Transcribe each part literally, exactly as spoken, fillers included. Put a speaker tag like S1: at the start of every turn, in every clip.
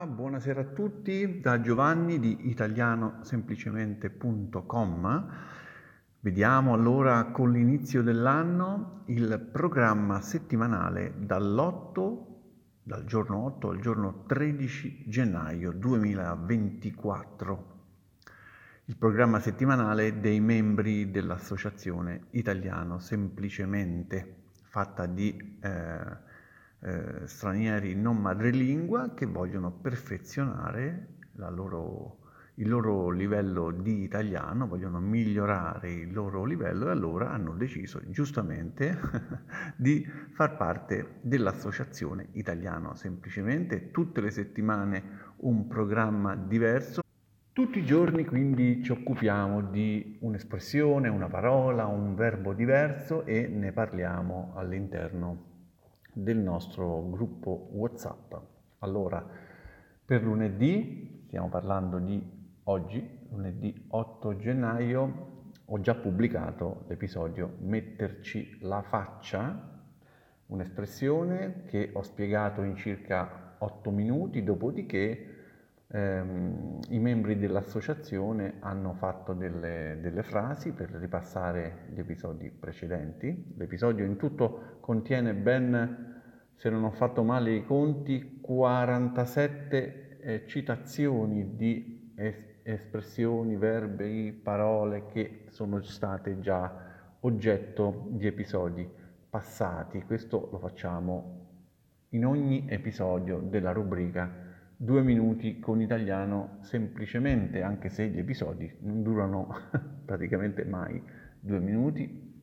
S1: Buonasera a tutti, da Giovanni di italianosemplicemente punto com. Vediamo allora con l'inizio dell'anno il programma settimanale dall'otto, dal giorno otto al giorno tredici gennaio duemilaventiquattro. Il programma settimanale dei membri dell'Associazione Italiano Semplicemente, fatta di eh, eh, stranieri non madrelingua che vogliono perfezionare la loro, il loro livello di italiano, vogliono migliorare il loro livello e allora hanno deciso giustamente di far parte dell'Associazione Italiano Semplicemente, tutte le settimane un programma diverso. Tutti i giorni quindi ci occupiamo di un'espressione, una parola, un verbo diverso e ne parliamo all'interno del nostro gruppo WhatsApp. Allora, per lunedì, stiamo parlando di oggi, lunedì otto gennaio, ho già pubblicato l'episodio Metterci la faccia, un'espressione che ho spiegato in circa otto minuti, dopodiché ehm, i membri dell'associazione hanno fatto delle, delle frasi per ripassare gli episodi precedenti. L'episodio in tutto contiene ben, se non ho fatto male i conti, quarantasette eh, citazioni di es- espressioni, verbi, parole che sono state già oggetto di episodi passati. Questo lo facciamo in ogni episodio della rubrica Due minuti con italiano semplicemente, anche se gli episodi non durano praticamente mai due minuti.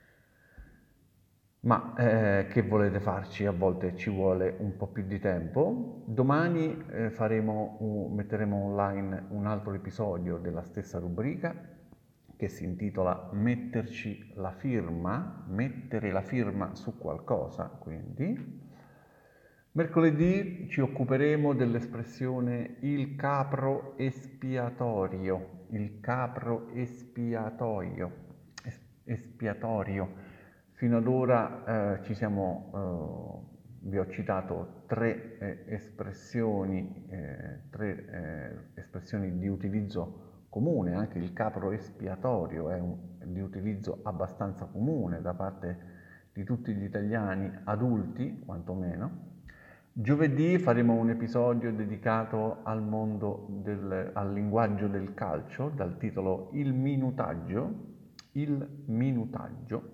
S1: Ma eh, che volete farci? A volte ci vuole un po' più di tempo. Domani eh, faremo, un- metteremo online un altro episodio della stessa rubrica che si intitola Metterci la firma, mettere la firma su qualcosa, quindi. Mercoledì ci occuperemo dell'espressione il capro espiatorio, il capro espiatorio, es- espiatorio. Fino ad ora eh, ci siamo, eh, vi ho citato tre eh, espressioni, eh, tre eh, espressioni di utilizzo comune, anche il capro espiatorio è un, di utilizzo abbastanza comune da parte di tutti gli italiani adulti, quantomeno. Giovedì faremo un episodio dedicato al mondo del, al linguaggio del calcio, dal titolo Il minutaggio, il minutaggio.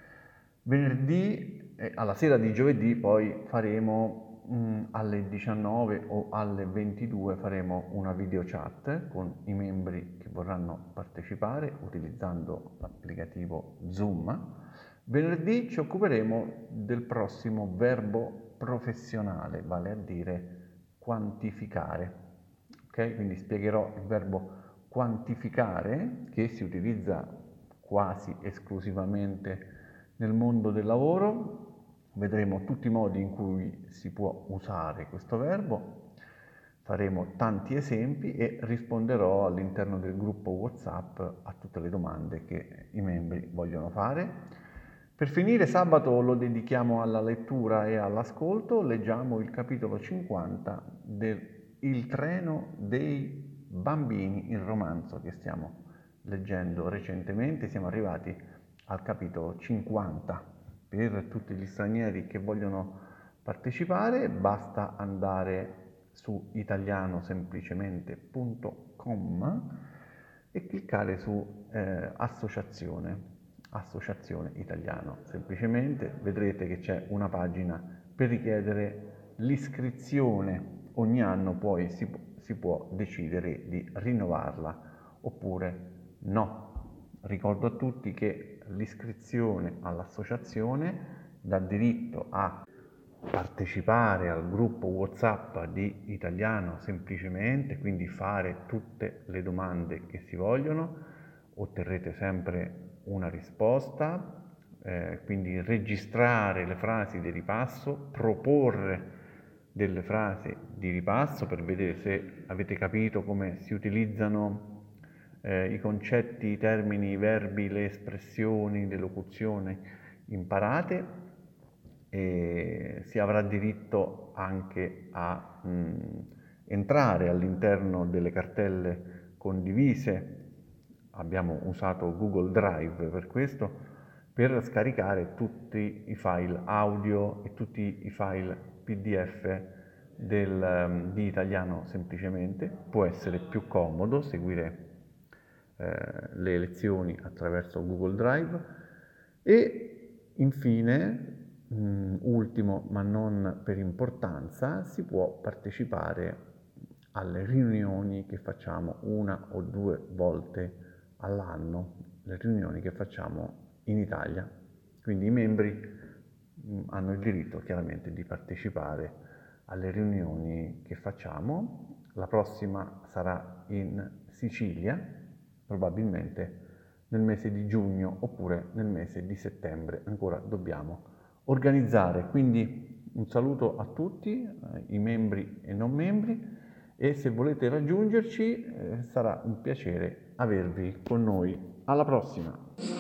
S1: Venerdì, eh, alla sera di giovedì, poi faremo mh, alle diciannove o alle ventidue faremo una video chat con i membri che vorranno partecipare utilizzando l'applicativo Zoom. Venerdì ci occuperemo del prossimo verbo professionale, vale a dire quantificare. Ok? Quindi spiegherò il verbo quantificare che si utilizza quasi esclusivamente nel mondo del lavoro. Vedremo tutti i modi in cui si può usare questo verbo, faremo tanti esempi e risponderò all'interno del gruppo WhatsApp a tutte le domande che i membri vogliono fare. Per finire, sabato lo dedichiamo alla lettura e all'ascolto, leggiamo il capitolo cinquanta del Il treno dei bambini, il romanzo che stiamo leggendo recentemente. Siamo arrivati al capitolo cinquanta. Per tutti gli stranieri che vogliono partecipare basta andare su italianosemplicemente punto com e cliccare su eh, associazione, associazione italiano. Semplicemente vedrete che c'è una pagina per richiedere l'iscrizione. Ogni anno poi si, si può decidere di rinnovarla oppure no. Ricordo a tutti che l'iscrizione all'associazione dà diritto a partecipare al gruppo WhatsApp di Italiano Semplicemente, quindi fare tutte le domande che si vogliono, otterrete sempre una risposta, eh, quindi registrare le frasi di ripasso, proporre delle frasi di ripasso per vedere se avete capito come si utilizzano eh, i concetti, i termini, i verbi, le espressioni, le locuzioni imparate, e si avrà diritto anche a mh, entrare all'interno delle cartelle condivise. Abbiamo usato Google Drive per questo, per scaricare tutti i file audio e tutti i file P D F del, di Italiano Semplicemente. Può essere più comodo seguire eh, le lezioni attraverso Google Drive. E infine, mh, ultimo ma non per importanza, si può partecipare alle riunioni che facciamo una o due volte all'anno, le riunioni che facciamo in Italia. Quindi i membri mh, hanno il diritto chiaramente di partecipare alle riunioni che facciamo. La prossima sarà in Sicilia, probabilmente nel mese di giugno oppure nel mese di settembre. Ancora dobbiamo organizzare. Quindi un saluto a tutti, eh, i membri e non membri, e se volete raggiungerci eh, sarà un piacere avervi con noi. Alla prossima!